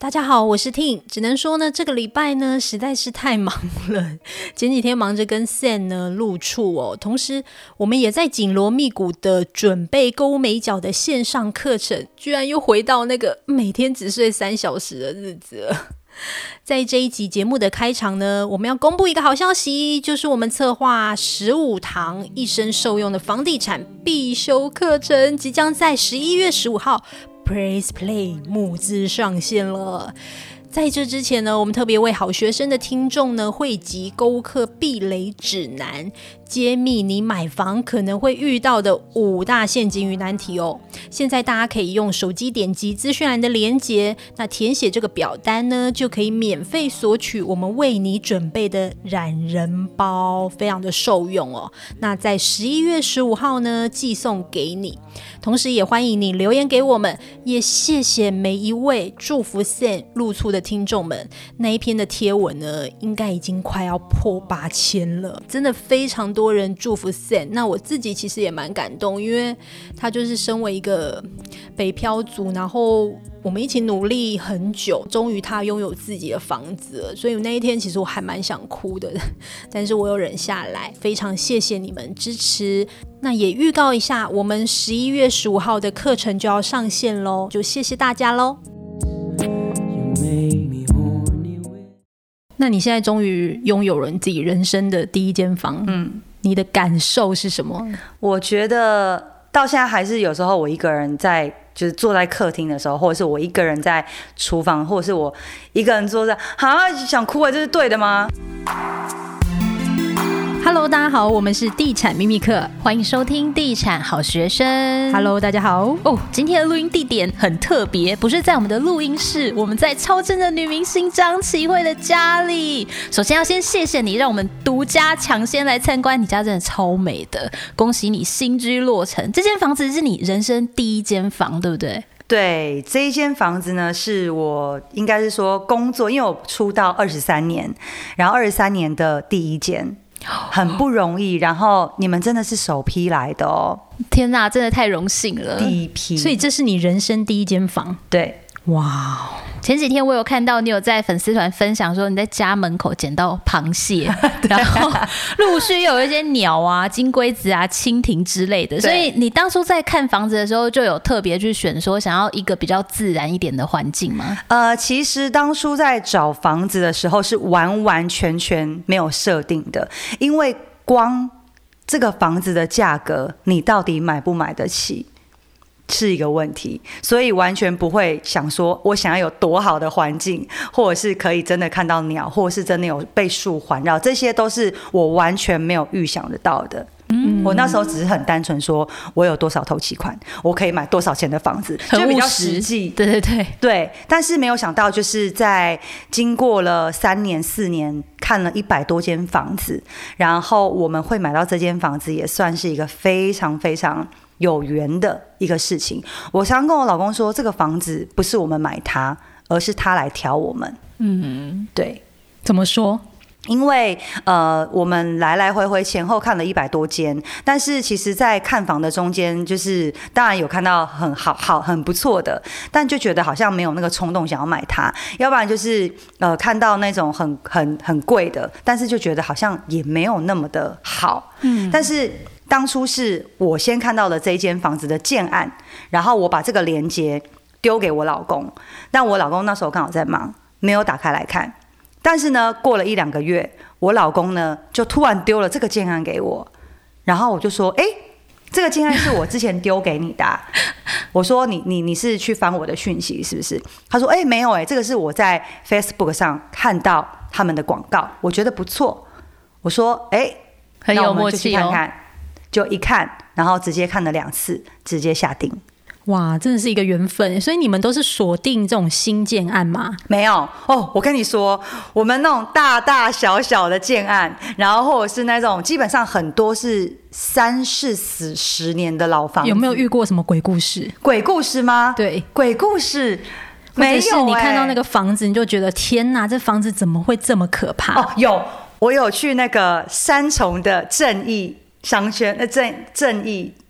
大家好，我是 Ting。 只能说呢，这个礼拜呢实在是太忙了，前几天忙着跟 Sam 呢录处哦，同时我们也在紧锣密鼓的准备购物美角的线上课程，居然又回到那个每天只睡3小时的日子了。在这一集节目的开场呢，我们要公布一个好消息，就是我们策划15堂一生受用的房地产必修课程，即将在11月15号Press Play 募资上线了。在这之前呢，我们特别为好学生的听众呢汇集购物课避雷指南，揭秘你买房可能会遇到的5大陷阱与难题哦。现在大家可以用手机点击资讯栏的连结，那填写这个表单呢，就可以免费索取我们为你准备的懒人包，非常的受用哦。那在11月15号呢寄送给你，同时也欢迎你留言给我们，也谢谢每一位祝福 Sam 入厝的听众们。那一篇的贴文呢，应该已经快要破8000了，真的非常多人祝福 Sam。 那我自己其实也蛮感动，因为他就是身为一个北漂族，然后我们一起努力很久，终于他拥有自己的房子了，所以那一天其实我还蛮想哭的，但是我有忍下来。非常谢谢你们支持，那也预告一下，我们11月15号的课程就要上线咯，就谢谢大家咯。那你现在终于拥有了你自己人生的第一间房，你的感受是什么？ 我觉得到现在还是有时候我一个人在就是坐在客厅的时候，或者是我一个人在厨房，或者是我一个人坐在想哭，这是对的吗 ？Hello， 大家好，我们是地产秘密课， 欢迎收听地产好学生。 Hello， 大家好。 今天的录音地点很特别，不是在我们的录音室，我们在超正的女明星张启慧的家里。首先要先谢谢你，让我们独家抢先来参观，你家真的超美的，恭喜你新居落成。这间房子是你人生第一间房，对不对？ 对，这一间房子呢，是我应该是说工作，因为我出道23年，然后23年的第一间。很不容易，然后你们真的是首批来的哦！ 天哪，真的太荣幸了， 第一批， 所以这是你人生第一间房？ 对， 哇！ 前几天我有看到你有在粉丝团分享说你在家门口捡到螃蟹，然后陆续有一些鸟啊、金龟子啊、蜻蜓之类的，所以你当初在看房子的时候就有特别去选说想要一个比较自然一点的环境吗？ 其实当初在找房子的时候是完完全全没有设定的，因为光这个房子的价格，你到底买不买得起？是一个问题，所以完全不会想说我想要有多好的环境，或者是可以真的看到鸟，或者是真的有被树环绕，这些都是我完全没有预想得到的。我那时候只是很单纯说我有多少头期款，我可以买多少钱的房子，就比较实际。对，但是没有想到就是在经过了3年4年，看了100多间房子，然后我们会买到这间房子，也算是一个非常非常有缘的一个事情。我常跟我老公说，这个房子不是我们买它，而是他来挑我们。对， 怎么说？ 因为我们来来回回前后看了100多间，但是其实在看房的中间，就是当然有看到很好很不错的，但就觉得好像没有那个冲动想要买它，要不然就是看到那种很贵的，但是就觉得好像也没有那么的好。但是当初是我先看到了这一间房子的建案，然后我把这个连结丢给我老公，但我老公那时候刚好在忙，没有打开来看。但是呢，过了1-2个月，我老公呢就突然丢了这个建案给我，然后我就说：“这个建案是我之前丢给你的啊。”我说：“你是去翻我的讯息是不是？”他说：“没有这个是我在 Facebook 上看到他们的广告，我觉得不错。”我说：“ 很有默契哦。”那我们就去看看， 就一看，然后直接看了2次，直接下定。 哇，真的是一个缘分。所以你们都是锁定这种新建案吗？ 没有我跟你说，我们那种大大小小的建案，然后或者是那种基本上很多是30、40年的老房子。 有没有遇过什么鬼故事？ 鬼故事吗？ 对， 鬼故事没有。或者是你看到那个房子，你就觉得天哪，这房子怎么会这么可怕？ 我有去那个三重的正义商圈，正义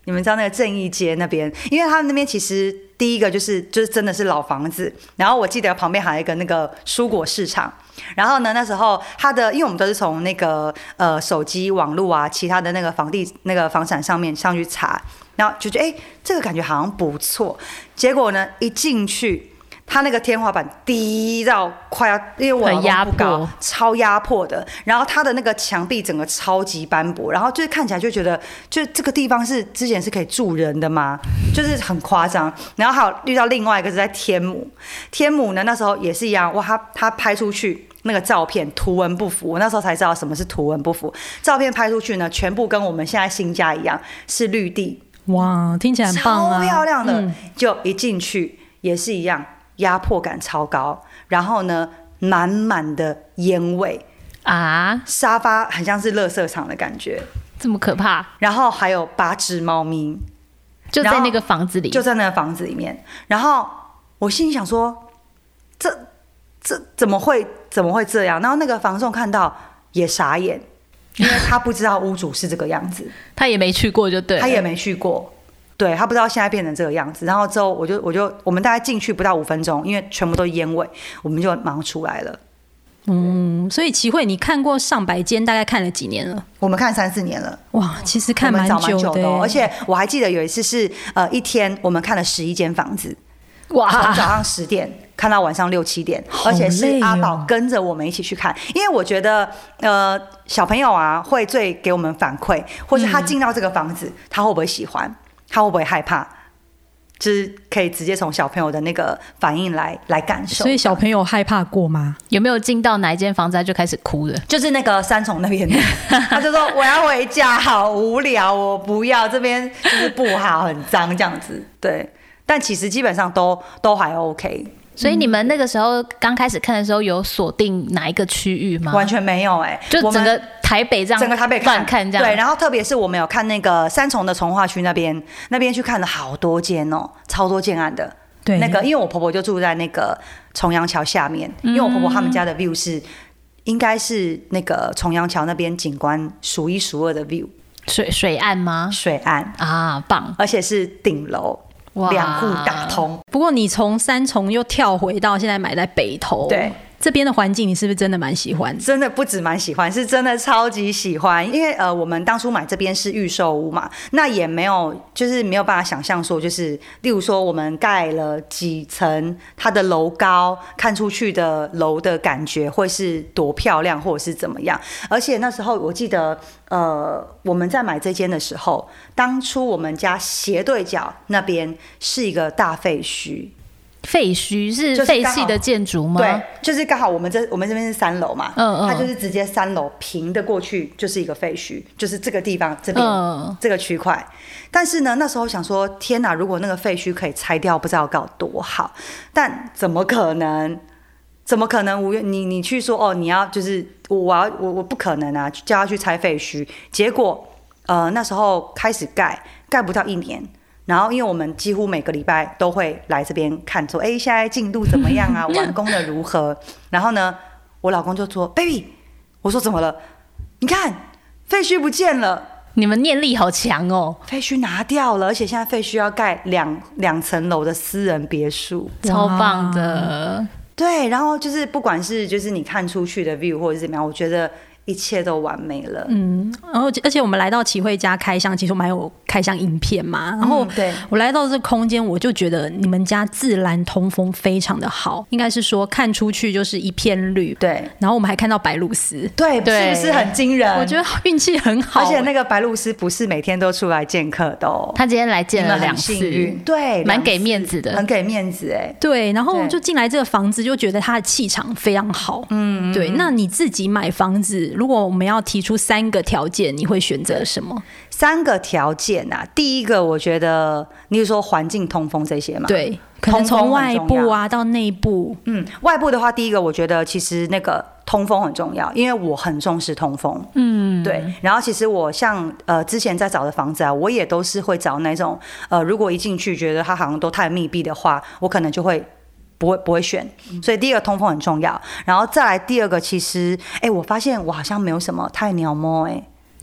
你们知道那个正义街那边，因为他们那边其实第一个就是真的是老房子，然后我记得旁边还有一个那个蔬果市场。然后呢，那时候因为我们都是从那个手机网络啊，其他的那个房产上面去查，然后就觉得这个感觉好像不错。结果呢，一进去，它那个天花板低到快要，因为我老公不高，超压迫的。然后它的那个墙壁整个超级斑驳，然后就是看起来就觉得，就这个地方是之前是可以住人的吗？就是很夸张。然后还有遇到另外一个是在天母呢，那时候也是一样，哇，他拍出去那个照片图文不符，我那时候才知道什么是图文不符。照片拍出去呢，全部跟我们现在新家一样是绿地， 哇，听起来很棒啊， 超漂亮的。就一进去也是一样。压迫感超高，然后呢，满满的烟味啊， 沙发很像是垃圾场的感觉， 这么可怕。 然后还有8只猫咪， 就在那个房子里， 就在那个房子里面。然后我心里想说，这怎么会这样？然后那个房仲看到也傻眼，因为他不知道屋主是这个样子， 他也没去过，就对了， 他也没去过。对，他不知道现在变成这个样子，然后之后我们大概进去不到5分钟，因为全部都烟味，我们就马上出来了。 所以齐慧，你看过上百间，大概看了几年了？ 我们看3-4年了。 哇，其实看蛮久的而且我还记得有一次是一天我们看了11间房子， 哇， 从早上10点看到晚上6、7点，而且是阿宝跟着我们一起去看，因为我觉得小朋友啊会最给我们反馈，或是他进到这个房子，他会不会喜欢？他会不会害怕？就是可以直接从小朋友的那个反应来感受。 所以小朋友害怕过吗？ 有没有进到哪一间房子他就开始哭了？ 就是那个三重那边的，他就说我要回家，好无聊，我不要，这边就是不好，很脏这样子。对，但其实基本上都还 OK。 所以你们那个时候刚开始看的时候，有锁定哪一个区域吗？ 完全没有就整个台北这样， 整个台北乱看这样。 对，然后特别是我们有看那个三重的重划区那边去看了好多间哦，超多建案的。 对， 那个因为我婆婆就住在那个重阳桥下面，因为我婆婆他们家的 view 是应该是那个重阳桥那边景观数1数2的 view。 水岸吗？ 水岸啊，棒， 而且是顶楼。2户打通。 不过你从三重又跳回到现在买在北投， 对， 这边的环境你是不是真的蛮喜欢？ 真的不止蛮喜欢，是真的超级喜欢。因为我们当初买这边是预售屋嘛，那也没有就是没有办法想象说，就是例如说我们盖了几层，它的楼高看出去的楼的感觉会是多漂亮，或者是怎么样。而且那时候我记得我们在买这间的时候，当初我们家斜对角那边是一个大废墟。 废墟是废弃的建筑吗？ 对，就是刚好我们这边是3楼嘛， 它就是直接3楼平的过去就是一个废墟，就是这个地方这边、这个区块。但是呢，那时候想说，天哪，如果那个废墟可以拆掉，不知道搞多好。但怎么可能？怎么可能？你去说哦，你要就是我不可能啊，叫他去拆废墟。结果那时候开始盖不到1年。然后，因为我们几乎每个礼拜都会来这边看，说，现在进度怎么样啊？完工的如何？然后呢，我老公就说 ：“baby， 我说怎么了？你看废墟不见了。” 你们念力好强哦！ 废墟拿掉了，而且现在废墟要盖两层楼的私人别墅， 超棒的。 对，然后就是不管是就是你看出去的 view 或者是怎么样，我觉得一切都完美了。 然后而且我们来到齐慧家开箱，其实我们还有开箱影片嘛。然后我来到这空间，我就觉得你们家自然通风非常的好，应该是说看出去就是一片绿。 对， 然后我们还看到白鹭鸶， 对，是不是很惊人？ 我觉得运气很好， 而且那个白鹭鸶不是每天都出来见客的哦， 他今天来见了2次， 对， 蛮给面子的， 很给面子哎。 对，然后就进来这个房子，就觉得它的气场非常好。对。那你自己买房子，如果我们要提出3个条件，你会选择什么 ？3个条件啊，第一个我觉得，你是说环境通风这些嘛？ 对，可能从外部啊到内部。 外部的话，第一个我觉得其实那个通风很重要，因为我很重视通风。对。然后其实我像之前在找的房子啊，我也都是会找那种如果一进去觉得它好像都太密闭的话，我可能就会。不会选，所以第一个通风很重要，然后再来第二个，其实我发现我好像没有什么太鸟猫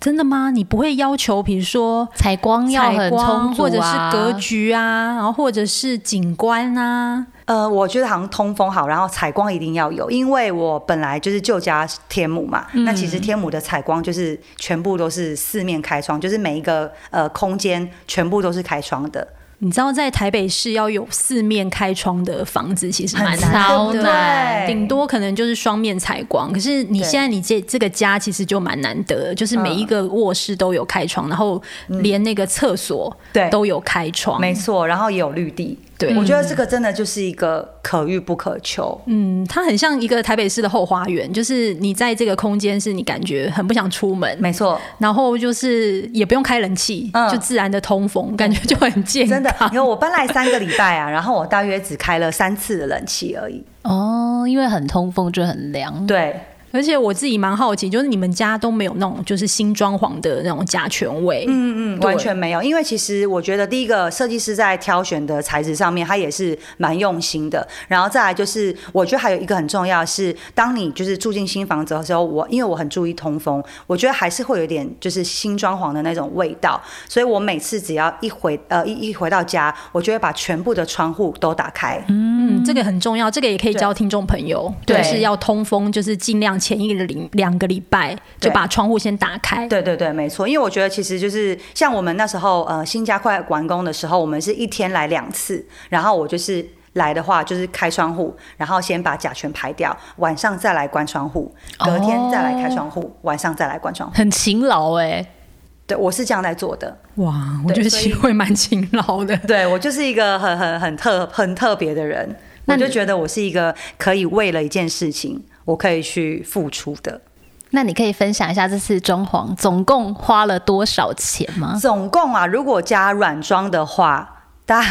真的吗？你不会要求比如说采光要很充足啊， 或者是格局啊，然后或者是景观啊？ 我觉得好像通风好，然后采光一定要有，因为我本来就是旧家天母嘛，那其实天母的采光就是全部都是四面开窗，就是每一个空间全部都是开窗的。 你知道在台北市要有四面开窗的房子其实蛮难的， 超难， 顶多可能就是双面采光。可是你现在你这个家其实就蛮难得的，就是每一个卧室都有开窗，然后连那个厕所都有开窗， 没错，然后也有绿地。对，我觉得这个真的就是一个可遇不可求。 它很像一个台北市的后花园，就是你在这个空间是你感觉很不想出门， 没错。 然后就是也不用开冷气，就自然的通风，感觉就很健康。 真的，因为我搬来3个礼拜啊，然后我大约只开了3次的冷气而已。 哦，因为很通风就很凉。 对。 而且我自己蛮好奇，就是你们家都没有那种就是新装潢的那种甲醛味？ 完全没有。因为其实我觉得第一个设计师在挑选的材质上面，他也是蛮用心的。然后再来就是，我觉得还有一个很重要的是，当你就是住进新房子的时候，因为我很注意通风，我觉得还是会有点就是新装潢的那种味道。所以我每次只要一回到家，我就会把全部的窗户都打开。 这个很重要，这个也可以教听众朋友，就是要通风，就是尽量前2个礼拜就把窗户先打开。 对对对，没错。因为我觉得其实就是像我们那时候新家快完工的时候，我们是1天来2次，然后我就是来的话就是开窗户，然后先把甲醛排掉，晚上再来关窗户，隔天再来开窗户，晚上再来关窗户。 很勤劳欸。 对，我是这样在做的。 哇，我觉得齐慧蛮勤劳的。 对，我就是一个很特别的人。我就觉得我是一个可以为了一件事情我可以去付出的。 那你可以分享一下这次装潢总共花了多少钱吗？ 总共啊，如果加软装的话，大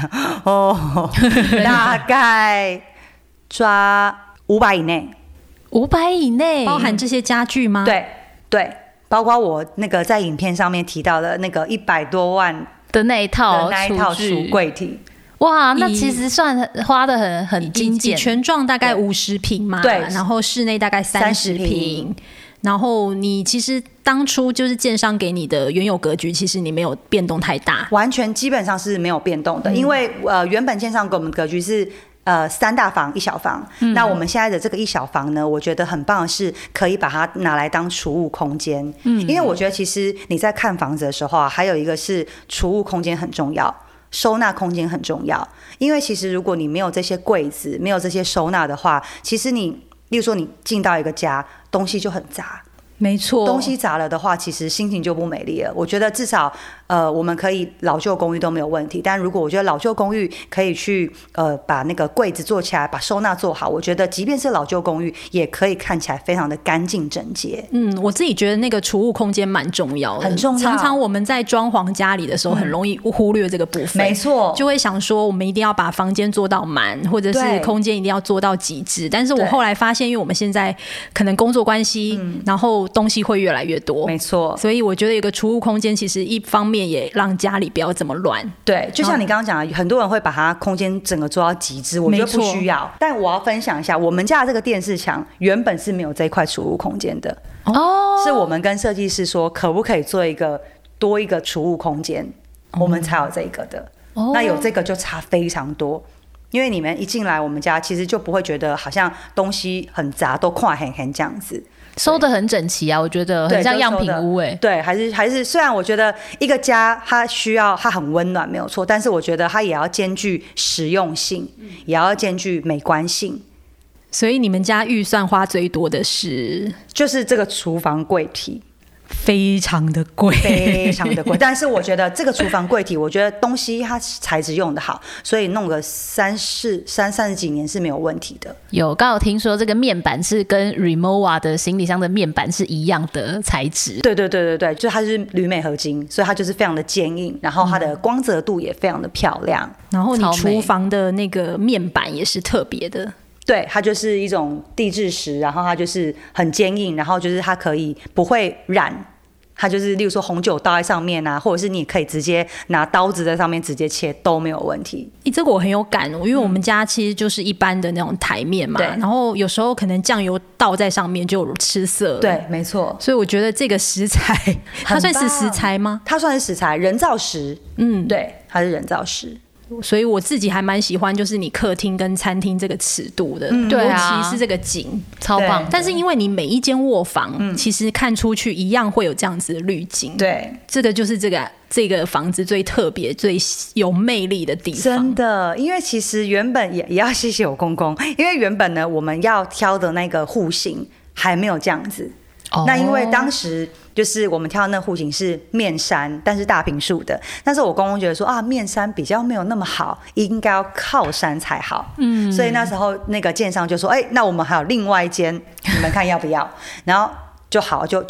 概抓500以内。 500以内， 包含这些家具吗？ 对对，包括我那个在影片上面提到的那个100多万的那一套橱柜体。 哇，那其实算花的很精简。 全幢大概50坪嘛， 对， 然后室内大概30坪。然后你其实当初就是建商给你的原有格局，其实你没有变动太大， 完全基本上是没有变动的。因为原本建商给我们的格局是3大房1小房，那我们现在的这个1小房呢，我觉得很棒的是可以把它拿来当储物空间。因为我觉得其实你在看房子的时候啊，还有一个是储物空间很重要。收纳空间很重要，因为其实如果你没有这些柜子，没有这些收纳的话，其实你，例如说你进到一个家，东西就很杂。 没错， 东西杂了的话，其实心情就不美丽了。我觉得至少我们可以老旧公寓都没有问题，但如果我觉得老旧公寓可以去把那个柜子做起来，把收纳做好，我觉得即便是老旧公寓也可以看起来非常的干净整洁。 我自己觉得那个储物空间蛮重要的， 很重要。 常常我们在装潢家里的时候很容易忽略这个部分， 没错， 就会想说我们一定要把房间做到满，或者是空间一定要做到极致。但是我后来发现，因为我们现在可能工作关系，然后东西会越来越多， 没错， 所以我觉得有个储物空间，其实一方面也让家里不要这么乱。 对，就像你刚刚讲的，很多人会把它空间整个做到极致，我觉得不需要。但我要分享一下，我们家的这个电视墙原本是没有这一块储物空间的，是我们跟设计师说可不可以做多一个储物空间，我们才有这个的。那有这个就差非常多。因为你们一进来我们家，其实就不会觉得好像东西很杂，都跨很这样子， 收得很整齐啊，我觉得很像样品屋哎。 对，还是，虽然我觉得一个家它很温暖没有错，但是我觉得它也要兼具实用性，也要兼具美观性。 所以你们家预算花最多的就是这个厨房柜体。 非常的贵， 非常的贵。但是我觉得这个厨房柜体，我觉得东西它材质用的好，所以弄个30几年是没有问题的。 有，刚好听说这个面板是跟 Rimowa 的行李箱的面板是一样的材质。 对，就它是铝镁合金，所以它就是非常的坚硬，然后它的光泽度也非常的漂亮。 然后你厨房的那个面板也是特别的。 对，它就是一种地质石，然后它就是很坚硬，然后就是它可以不会染它就是例如说红酒倒在上面啊，或者是你也可以直接拿刀子在上面直接切都没有问题。 这个我很有感，因为我们家其实就是一般的那种台面嘛，然后有时候可能酱油倒在上面就吃色了。 对，没错。 所以我觉得这个食材，它算是食材吗？ 它算是食材，人造石。对，它是人造石。 所以我自己还蛮喜欢，就是你客厅跟餐厅这个尺度的， 对啊，尤其是这个景超棒。 但是因为你每一间卧房，其实看出去一样会有这样子的滤镜， 对， 这个就是这个房子最特别、最有魅力的地方。 真的，因为其实原本也要谢谢我公公，因为原本呢我们要挑的那个户型还没有这样子。那因为当时就是我们挑的那户型是面山，但是大坪数的。但是我公公觉得说啊，面山比较没有那么好，应该要靠山才好。所以那时候那个建商就说，那我们还有另外一间，你们看要不要？然后就好，就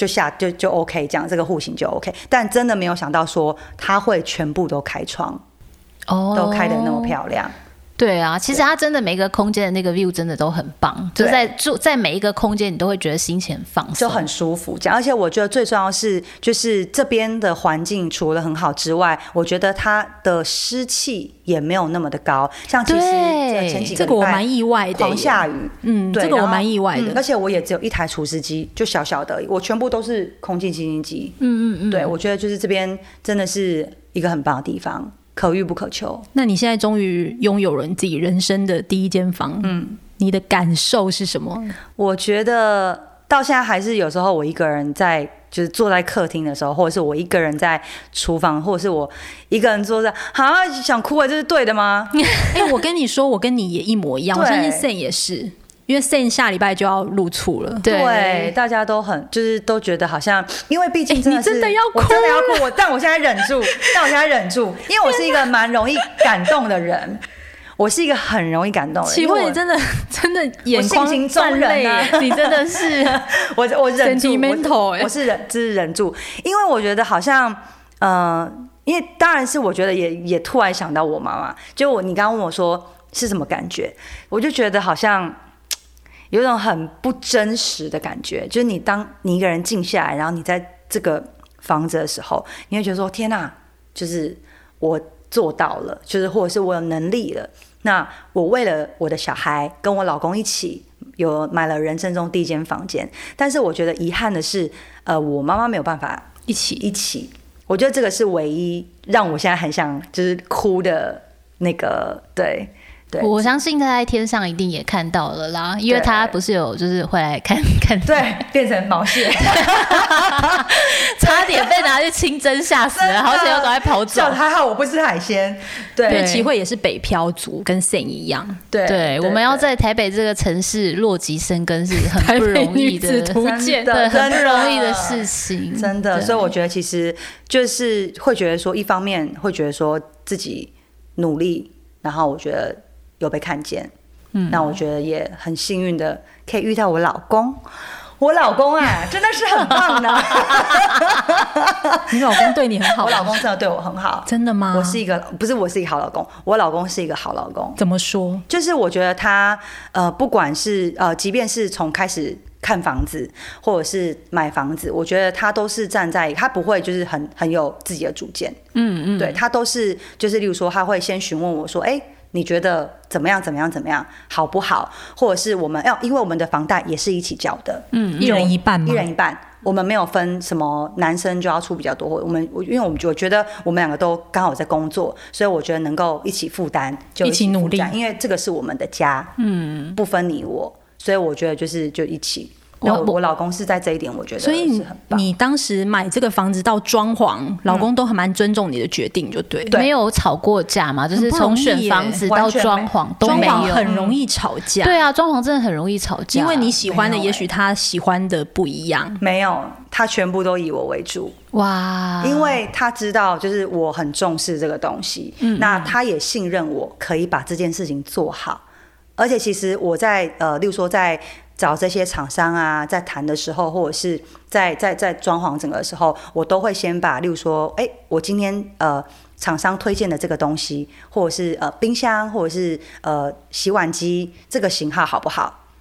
OK， 这样这个户型就 OK。但真的没有想到说它会全部都开窗，都开得那么漂亮。 对啊，其实它真的每个空间的那个 view 真的都很棒，就在每一个空间你都会觉得心情很放松， 就很舒服。而且我觉得最重要是，就是这边的环境除了很好之外，我觉得它的湿气也没有那么的高。像其实前几个礼拜这个我蛮意外的， 狂下雨， 对，这个我蛮意外的。 而且我也只有一台除湿机，就小小的，我全部都是空气清新机。对，我觉得就是这边真的是一个很棒的地方。可遇不可求。 那你现在终于拥有了你自己人生的第一间房，你的感受是什么？ 我觉得到现在还是有时候我一个人在，就是坐在客厅的时候，或者是我一个人在厨房，或者是我一个人坐在，想哭这是对的吗？ 我跟你说，我跟你也一模一样，我相信 Sen 也是。因为 Sen 下礼拜就要入厝了， 对，大家都很就是都觉得好像，因为毕竟真的是， 你真的要哭， 我真的要哭，但我现在忍住，因为我是一个蛮容易感动的人，我是一个很容易感动的人。 启慧，你真的眼光泛泪，你真的是我忍住， 我是忍住，因为我觉得好像因为当然是我觉得也突然想到我妈妈，就你刚刚问我说是什么感觉，我就觉得好像有一种很不真实的感觉，就是当你一个人静下来，然后你在这个房子的时候，你会觉得说天哪，就是我做到了，就是或者是我有能力了。那我为了我的小孩跟我老公一起有买了人生中第一间房间，但是我觉得遗憾的是，我妈妈没有办法一起。我觉得这个是唯一让我现在很想就是哭的那个对。 我相信他在天上一定也看到了啦，因为他不是有就是会来看， 对，变成毛蟹， 差点被拿去清蒸吓死了，好险要赶快跑走。 还好我不吃海鲜，对， 因为启慧也是北漂族，跟 Sen 一样， 对，我们要在台北这个城市落籍生根是很不容易的， 图鉴对，很不容易的事情， 真的。所以我觉得其实就是会觉得说，一方面会觉得说自己努力，然后我觉得有被看见，那我觉得也很幸运的可以遇到我老公。我老公啊，真的是很棒的。 你老公对你很好， 我老公真的对我很好。 真的吗？ 我是一个好老公，我老公是一个好老公。 怎么说？ 就是我觉得他不管是即便是从开始看房子或者是买房子，我觉得他都是站在，他不会就是很有自己的主见。对，他都是就是例如说他会先询问我说，你觉得怎么样好不好？或者是我们因为我们的房贷也是一起缴的， 一人一半吗？ 一人一半，我们没有分什么男生就要出比较多，因为我觉得我们两个都刚好在工作，所以我觉得能够一起负担就一起努力， 因为这个是我们的家，不分你我，所以我觉得就一起。我老公是在这一点，我觉得是很棒。 所以你当时买这个房子到装潢，老公都很蛮尊重你的决定，就对， 没有吵过架嘛？就是从选房子到装潢都没有， 很容易吵架。 对啊，装潢真的很容易吵架， 因为你喜欢的也许他喜欢的不一样。 没有，他全部都以我为主。 哇！ 因为他知道就是我很重视这个东西，那他也信任我可以把这件事情做好。而且其实我在例如说在找这些厂商啊，在谈的时候，或者是在装潢整个的时候，我都会先把，例如说，我今天厂商推荐的这个东西，或者是冰箱，或者是洗碗机这个型号好不好？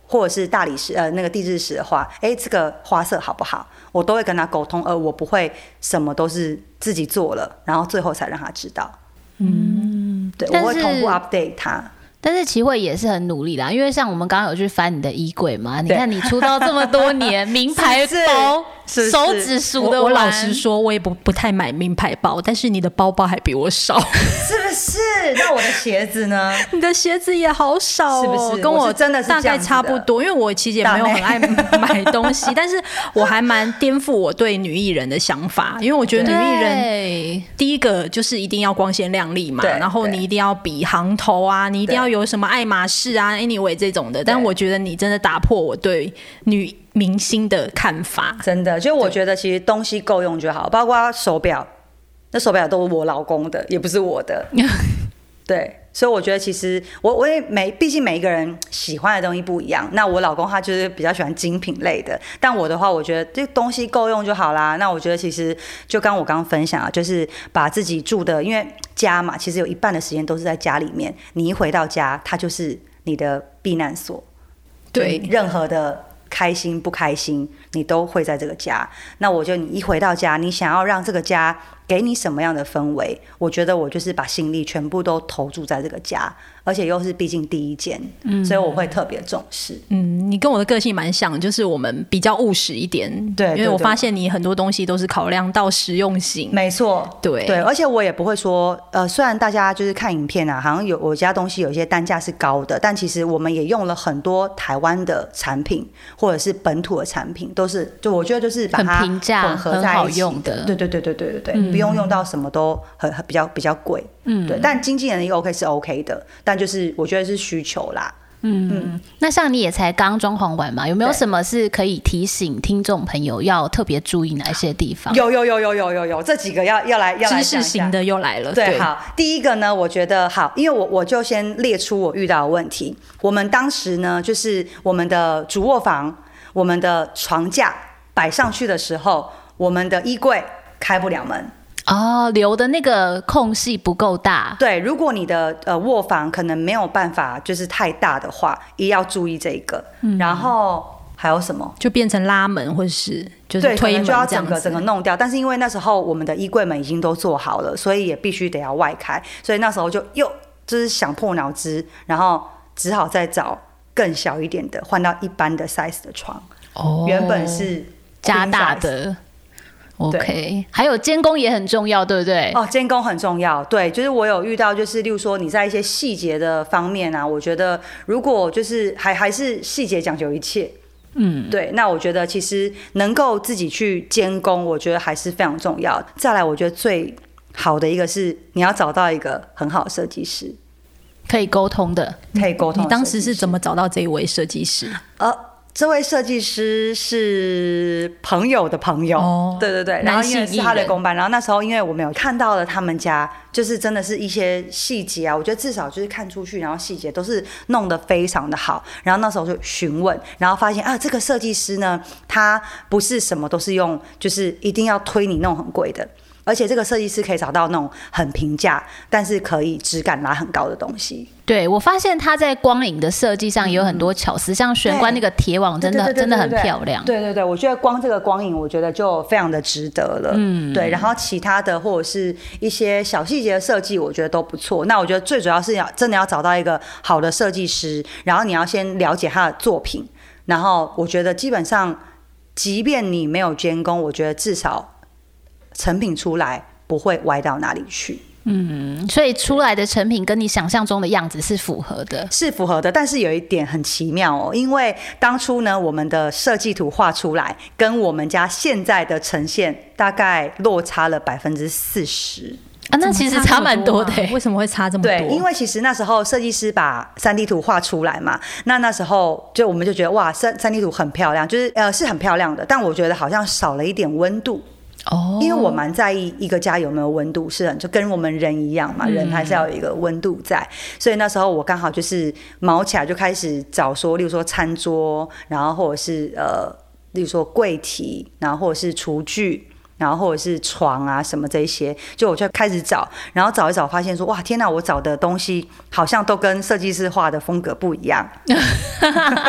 或者是大理石那个地质石的话，这个花色好不好，我都会跟他沟通，而我不会什么都是自己做了，然后最后才让他知道。对，我会同步 update 他。 但是齐慧也是很努力啦，因为像我们刚刚有去翻你的衣柜嘛，你看你出道这么多年，名牌包手指数得完。 我老实说，我也不太买名牌包，但是你的包包还比我少， 是不是？那我的鞋子呢？ 你的鞋子也好少哦， 是不是？ 跟我真的是大概差不多，因为我其实也没有很爱买东西，但是我还蛮颠覆我对女艺人的想法，因为我觉得女艺人第一个就是一定要光鲜亮丽嘛，然后你一定要比行头啊，你一定要有什么爱马仕啊 anyway 这种的，但我觉得你真的打破我对女明星的看法， 真的，就我觉得其实东西够用就好，包括手表，那手表都是我老公的，也不是我的。对，所以我觉得其实我也毕竟每一个人喜欢的东西不一样。那我老公他就是比较喜欢精品类的，但我的话，我觉得这东西够用就好啦。那我觉得其实就我刚刚分享啊，就是把自己住的，因为家嘛，其实有一半的时间都是在家里面。你一回到家，它就是你的避难所。对，任何的开心不开心，你都会在这个家。那我就你一回到家，你想要让这个家给你什么样的氛围？我觉得我就是把心力全部都投注在这个家，而且又是毕竟第一间，所以我会特别重视。 你跟我的个性蛮像，就是我们比较务实一点。对，因为我发现你很多东西都是考量到实用性。 没错，对，而且我也不会说，虽然大家就是看影片啊，好像我家东西有一些单价是高的，但其实我们也用了很多台湾的产品或者是本土的产品，都是就我觉得就是把它混合在一起的。对。不用用到什么都比较贵，对，但经纪人一 OK 是 OK 的，但就是我觉得是需求啦。 那像你也才刚装潢完嘛，有没有什么是可以提醒听众朋友要特别注意哪些地方？ 有，这几个要来知识型的又来了。 对，好，第一个呢，我觉得好，因为我就先列出我遇到的问题。我们当时呢，就是我们的主卧房，我们的床架摆上去的时候，我们的衣柜开不了门。 留的那个空隙不够大。 对，如果你的卧房可能没有办法就是太大的话，也要注意这个。然后还有什么？ 就变成拉门或是就是推门这样子， 就要整个弄掉。但是因为那时候我们的衣柜门已经都做好了，所以也必须得要外开。所以那时候就是想破脑汁，然后只好再找更小一点的，换到一般的 size 的床。原本是加大的。OK， 还有监工也很重要，对不对？ 监工很重要，对，就是我有遇到，就是例如说你在一些细节的方面啊，我觉得如果就是还是细节讲究一切，对，那我觉得其实能够自己去监工，我觉得还是非常重要。再来，我觉得最好的一个是你要找到一个很好的设计师， 可以沟通的。 你当时是怎么找到这一位设计师？ 这位设计师是朋友的朋友，对，然后因为是他的公班，然后那时候因为我们有看到了他们家，就是真的是一些细节啊，我觉得至少就是看出去，然后细节都是弄得非常的好，然后那时候就询问，然后发现这个设计师呢，他不是什么都是用，就是一定要推你弄很贵的。而且这个设计师可以找到那种很平价，但是可以质感拉很高的东西。 对，我发现他在光影的设计上也有很多巧思，像玄关那个铁网真的很漂亮。 对，我觉得光这个光影，我觉得就非常的值得了。对，然后其他的或者是一些小细节的设计，我觉得都不错。那我觉得最主要是真的要找到一个好的设计师，然后你要先了解他的作品，然后我觉得基本上，即便你没有监工，我觉得至少成品出来不会歪到哪里去。 所以出来的成品跟你想象中的样子是符合的， 但是有一点很奇妙哦，因为当初呢，我们的设计图画出来，跟我们家现在的呈现大概落差了40%。 那其实差蛮多的。 为什么会差这么多？ 对，因为其实那时候设计师把 3D 图画出来嘛，那时候我们就觉得哇，3D 图很漂亮，就是是很漂亮的，但我觉得好像少了一点温度。因为我蛮在意一个家有没有温度，就跟我们人一样嘛，人还是要有一个温度在。所以那时候我刚好就是毛起来就开始找说，例如说餐桌，然后或者是例如说柜体，然后或者是厨具，然后或者是床啊什么这些，我就开始找，然后找一找发现说，哇天哪，我找的东西好像都跟设计师画的风格不一样。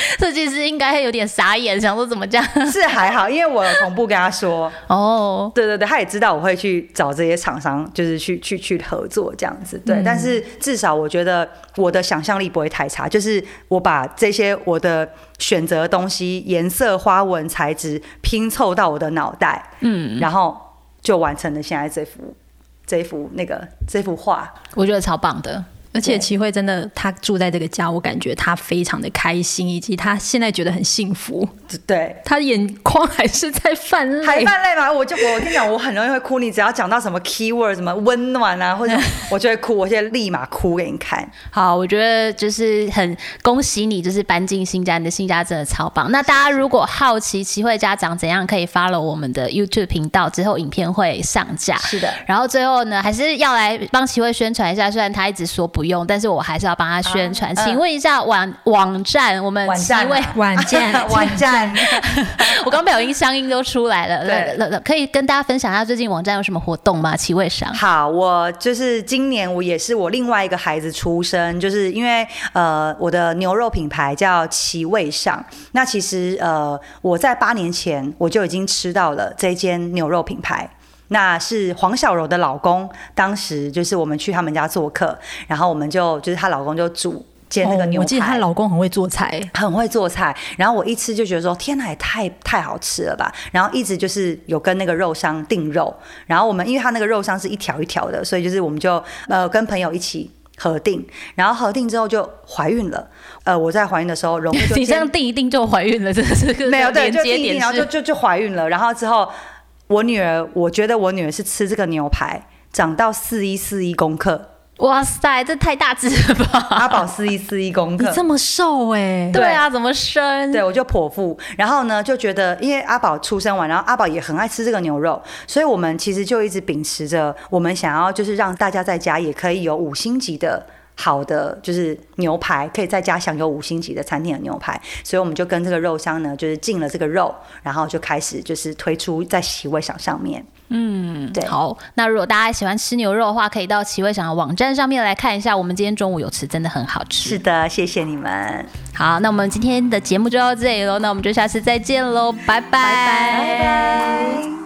设计师应该有点傻眼，想说怎么这样？ 是还好，因为我有同步跟他说， 哦， 对对对，他也知道我会去找这些厂商，就是去合作这样子，对。但是至少我觉得我的想象力不会太差，就是我把这些我的选择的东西、颜色、花纹、材质拼凑到我的脑袋，然后就完成了现在这幅画， 我觉得超棒的。 而且齐慧真的，她住在这个家，我感觉她非常的开心，以及她现在觉得很幸福。 对， 她眼眶还是在泛泪， 还泛泪吗？我跟你讲，我很容易会哭。你只要讲到什么 keyword， 什么温暖啊，或者我就会哭，我现在立马哭给你看。 好，我觉得就是很恭喜你，就是搬进新家，你的新家真的超棒。那大家如果好奇齐慧家长怎样，可以 follow 我们的 YouTube 频道，之后影片会上架。 是的。 然后最后呢，还是要来帮齐慧宣传一下，虽然他一直说不用，但是我还是要帮他宣传。请问一下网站，我们齐慧网站， 我刚不小心乡音都出来了。可以跟大家分享一下最近网站有什么活动吗？齐慧上。 好，我就是今年也是我另外一个孩子出生，就是因为我的牛肉品牌叫齐味上。那其实我在8年前我就已经吃到了这间牛肉品牌。那是黄小柔的老公，当时就是我们去他们家做客，然后我们就是她老公就煮煎那个牛排。 我记得她老公很会做菜， 很会做菜。然后我一吃就觉得说，天哪，也太好吃了吧！然后一直就是有跟那个肉商订肉，然后我们因为他那个肉商是一条一条的，所以就是我们就跟朋友一起核定，然后核定之后就怀孕了。我在怀孕的时候，荣慧就你这样订一订就怀孕了，这是没有对，就订一订，然后就怀孕了。然后之后。我觉得我女儿是吃这个牛排长到4141公克， 哇塞，这太大只了吧！ 阿宝4141公克， 你这么瘦哎？ 对啊，怎么生？ 对，我就剖腹，然后呢就觉得，因为阿宝出生完，然后阿宝也很爱吃这个牛肉，所以我们其实就一直秉持着，我们想要就是让大家在家也可以有5星级的。好的，就是牛排可以在家享有5星级的餐厅的牛排，所以我们就跟这个肉商呢，就是进了这个肉，然后就开始就是推出在齐味享上面。 对。好，那如果大家喜欢吃牛肉的话，可以到齐味享的网站上面来看一下。我们今天中午有吃，真的很好吃。 是的，谢谢你们。 好，那我们今天的节目就到这里喽，那我们就下次再见喽，拜拜， 拜拜。